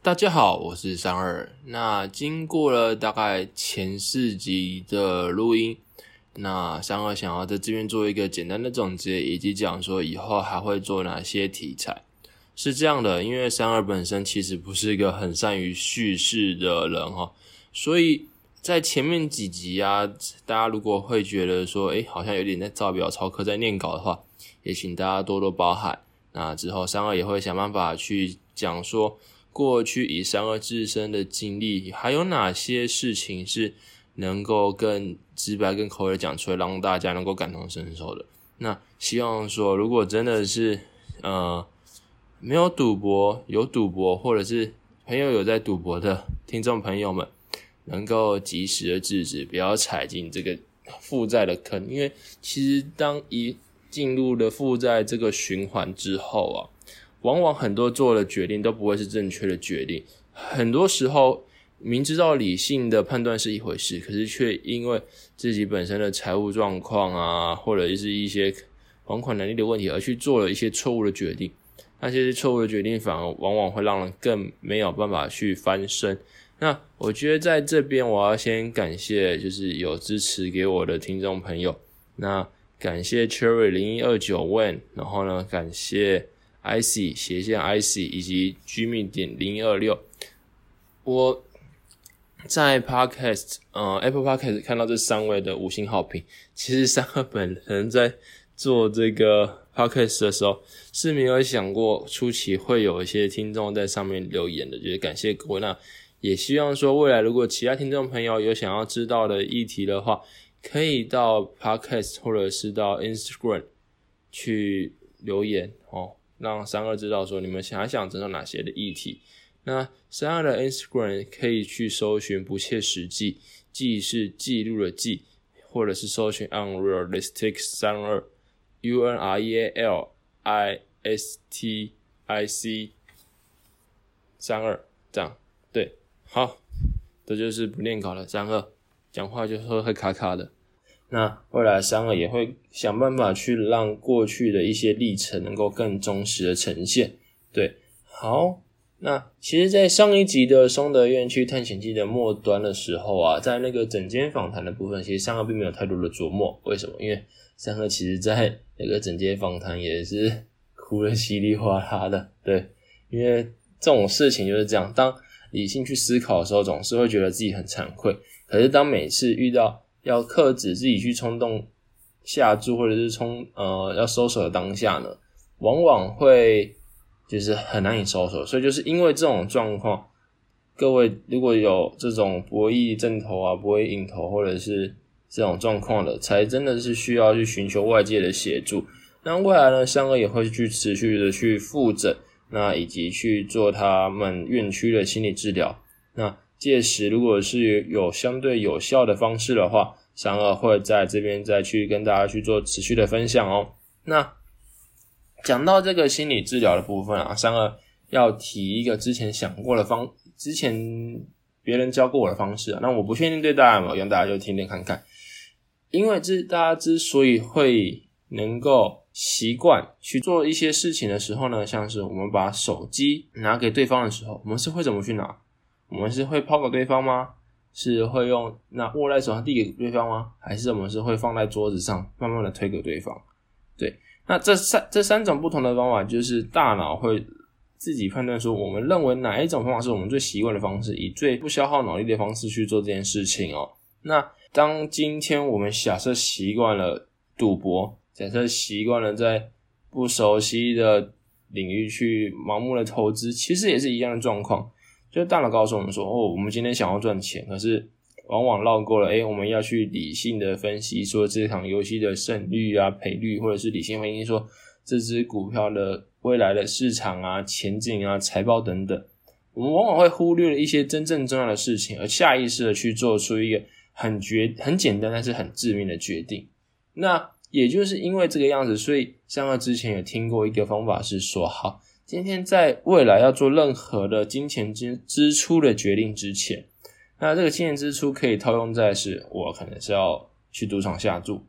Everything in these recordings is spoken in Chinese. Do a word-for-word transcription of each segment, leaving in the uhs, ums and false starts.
大家好，我是三二。那经过了大概前四集的录音，那三二想要在这边做一个简单的总结，以及讲说以后还会做哪些题材。是这样的，因为三二本身其实不是一个很善于叙事的人齁，所以在前面几集啊，大家如果会觉得说，诶，好像有点在照表操课在念稿的话，也请大家多多包涵。那之后三二也会想办法去讲说，过去以三二自身的经历，还有哪些事情是能够更直白、更口语讲出来，让大家能够感同身受的。那希望说，如果真的是呃没有赌博、有赌博，或者是朋友有在赌博的听众朋友们，能够及时的制止，不要踩进这个负债的坑。因为其实当一进入了负债这个循环之后啊，往往很多做的决定都不会是正确的决定。很多时候明知道理性的判断是一回事，可是却因为自己本身的财务状况啊，或者是一些还款能力的问题而去做了一些错误的决定。那些错误的决定反而往往会让人更没有办法去翻身。那我觉得在这边我要先感谢就是有支持给我的听众朋友，那感谢 Cherry 零一二九 Wen， 然后呢感谢 icy 斜线 icy 以及 Jimmy 点零一二六。我在 Podcast 呃 Apple Podcast 看到这三位的五星好评，其实三二本人在做这个 Podcast 的时候是没有想过初期会有一些听众在上面留言的，就是感谢各位。那也希望说未来如果其他听众朋友有想要知道的议题的话，可以到 Podcast 或者是到 Instagram 去留言哦，让三二知道说你们还想知道哪些的议题。那三二的 Instagram 可以去搜寻不切实际，记是记录的记，或者是搜寻 unrealistic 三二 U N R E A L I S T I C 三二这样。对，好，这就是不念稿的三二，讲话就会卡卡的。那未来三二也会想办法去让过去的一些历程能够更忠实的呈现。对，好，那其实在上一集的松德院区探险记的末端的时候啊，在那个整间访谈的部分，其实三二并没有太多的琢磨。为什么？因为三二其实在那个整间访谈也是哭得稀里哗啦的。对，因为这种事情就是这样，当理性去思考的时候，总是会觉得自己很惭愧。可是当每次遇到要克制自己去冲动下注，或者是冲呃要收手的当下呢，往往会就是很难以收手。所以就是因为这种状况，各位如果有这种博弈正头啊、博弈赢头或者是这种状况的，才真的是需要去寻求外界的协助。那未来呢，三二也会去持续的去复诊，那以及去做他们院区的心理治疗。那届时如果是有相对有效的方式的话，三二会在这边再去跟大家去做持续的分享哦。那讲到这个心理治疗的部分啊，三二要提一个之前想过的方，之前别人教过我的方式啊，那我不确定对大家有没有用，大家就听听看看。因为这大家之所以会能够习惯去做一些事情的时候呢，像是我们把手机拿给对方的时候，我们是会怎么去拿？我们是会抛给对方吗？是会用那握在手上递给对方吗？还是我们是会放在桌子上慢慢的推给对方？对，那这三这三种不同的方法，就是大脑会自己判断说，我们认为哪一种方法是我们最习惯的方式，以最不消耗脑力的方式去做这件事情哦。那当今天我们假设习惯了赌博，假设习惯了在不熟悉的领域去盲目的投资，其实也是一样的状况。就大脑告诉我们说，哦，我们今天想要赚钱，可是往往绕过了，诶，我们要去理性的分析说这场游戏的胜率啊、赔率，或者是理性分析说这只股票的未来的市场啊、前景啊、财报等等。我们往往会忽略了一些真正重要的事情，而下意识的去做出一个很决、很简单但是很致命的决定。那也就是因为这个样子，所以三二之前有听过一个方法是说，好，今天在未来要做任何的金钱支出的决定之前，那这个金钱支出可以套用在是我可能是要去赌场下注，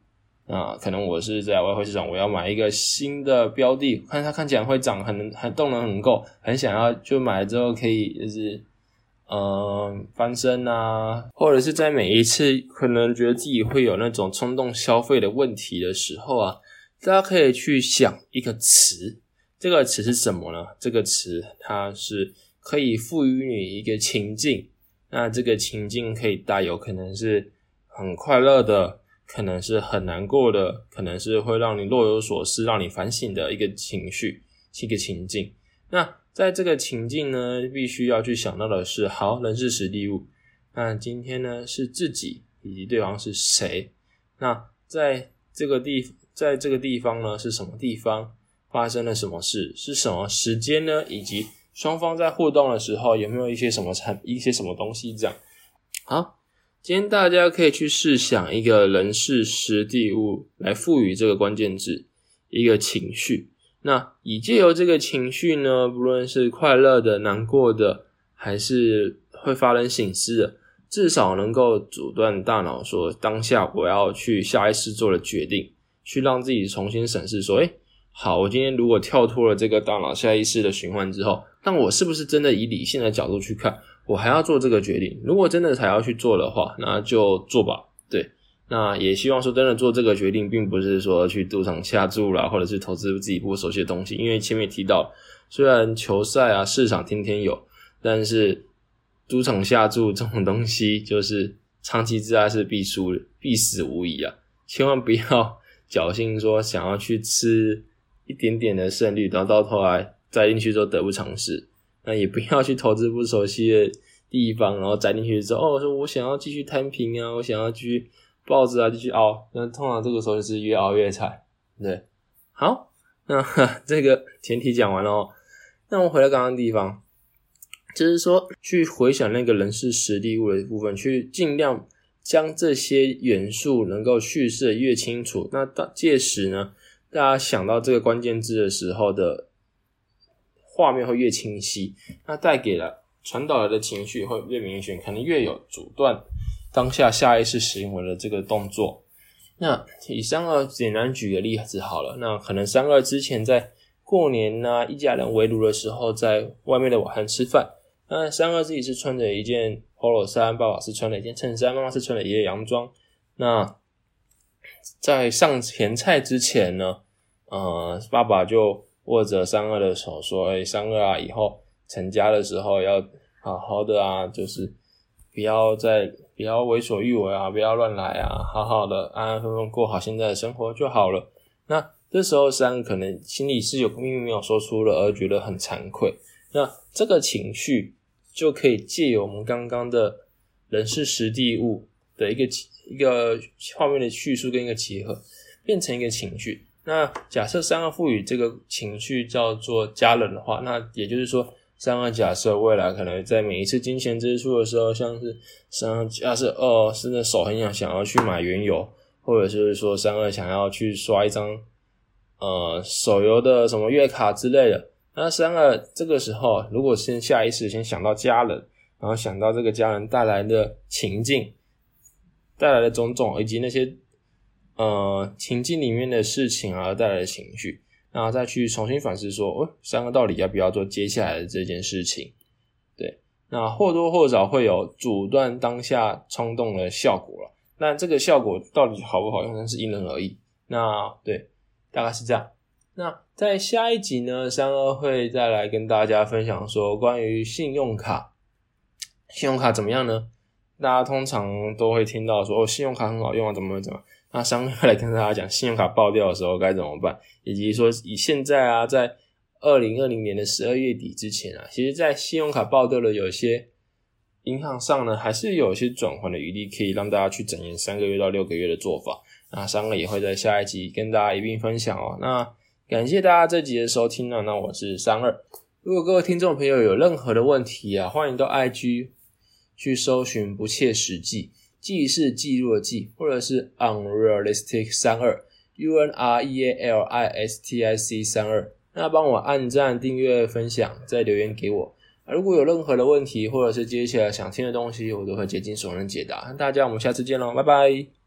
那可能我是在外汇市场，我要买一个新的标的，看它看起来会涨，很很动能很够，很想要就买了之后可以就是呃翻身啊，或者是在每一次可能觉得自己会有那种冲动消费的问题的时候啊，大家可以去想一个词，这个词是什么呢？这个词它是可以赋予你一个情境，那这个情境可以带有可能是很快乐的，可能是很难过的，可能是会让你若有所思，让你反省的一个情绪，一个情境。那在这个情境呢，必须要去想到的是，好，人事时地物。那今天呢是自己以及对方是谁？那在这个地，在这个地方呢是什么地方？发生了什么事？是什么时间呢？以及双方在互动的时候有没有一些什么产一些什么东西这样？好，今天大家可以去试想一个人事时地物来赋予这个关键字一个情绪。那以借由这个情绪呢，不论是快乐的、难过的，还是会发人省思的，至少能够阻断大脑说当下我要去下意识做的决定，去让自己重新审视说，诶好，我今天如果跳脱了这个大脑下意识的循环之后，那我是不是真的以理性的角度去看，我还要做这个决定？如果真的才要去做的话，那就做吧。对，那也希望说真的做这个决定，并不是说去赌场下注啦，或者是投资自己不熟悉的东西。因为前面提到，虽然球赛啊市场天天有，但是赌场下注这种东西，就是长期之下是必输的，必死无疑啊！千万不要侥幸说想要去吃一点点的胜率，然后到头来栽进去之后得不偿失。那也不要去投资不熟悉的地方，然后栽进去之后，哦，说我想要继续摊平啊，我想要继续抱着啊，继续熬。那通常这个时候就是越熬越惨。对，好，那这个前提讲完了哦。那我们回到刚刚的地方，就是说去回想那个人事时地物的部分，去尽量将这些元素能够叙事得越清楚。那到届时呢，大家想到这个关键字的时候的画面会越清晰，那带给了传导来的情绪会越明显，可能越有阻断当下下意识行为的这个动作。那以三二简单举个例子好了，那可能三二之前在过年啊一家人围炉的时候，在外面的晚餐吃饭，那三二自己是穿着一件 polo 衫，爸爸是穿了一件衬衫，妈妈是穿了一件洋装。那在上前菜之前呢，呃，爸爸就握着三二的手说，诶、欸、三二啊，以后成家的时候要好好的啊，就是不要再不要为所欲为啊，不要乱来啊，好好的安安分分过好现在的生活就好了。那这时候三可能心里是有秘密没有说出了，而觉得很惭愧。那这个情绪就可以借由我们刚刚的人事时地物的一个一个画面的叙述跟一个结合，变成一个情绪。那假设三二赋予这个情绪叫做家人的话，那也就是说三二假设未来可能在每一次金钱支出的时候，像是三二假设哦，是那手很痒想要去买原油，或者是说三二想要去刷一张呃手游的什么月卡之类的，那三二这个时候如果先下意识先想到家人，然后想到这个家人带来的情境，带来的种种以及那些呃情境里面的事情而带来的情绪，然后再去重新反思说，哦，三个到底要不要做接下来的这件事情？对，那或多或少会有阻断当下冲动的效果了。那这个效果到底好不好用，那是因人而异。那对，大概是这样。那在下一集呢，三二会再来跟大家分享说关于信用卡。信用卡怎么样呢？大家通常都会听到说，哦，信用卡很好用啊，怎么怎么。那三会来跟大家讲信用卡爆掉的时候该怎么办，以及说以现在啊，在二零二零年的十二月底之前啊，其实在信用卡爆掉的有些银行上呢，还是有一些转换的余地，可以让大家去整延三个月到六个月的做法。那三个也会在下一集跟大家一并分享哦。那感谢大家这集的收听啊，那我是三二。如果各位听众朋友有任何的问题啊，欢迎到 I G 去搜寻不切实际，记是记录的记，或者是 unrealistic 三二 U N R E A L I S T I C 三二，那帮我按赞、订阅、分享，再留言给我。如果有任何的问题，或者是接下来想听的东西，我都会竭尽所能解答。大家我们下次见咯，拜拜。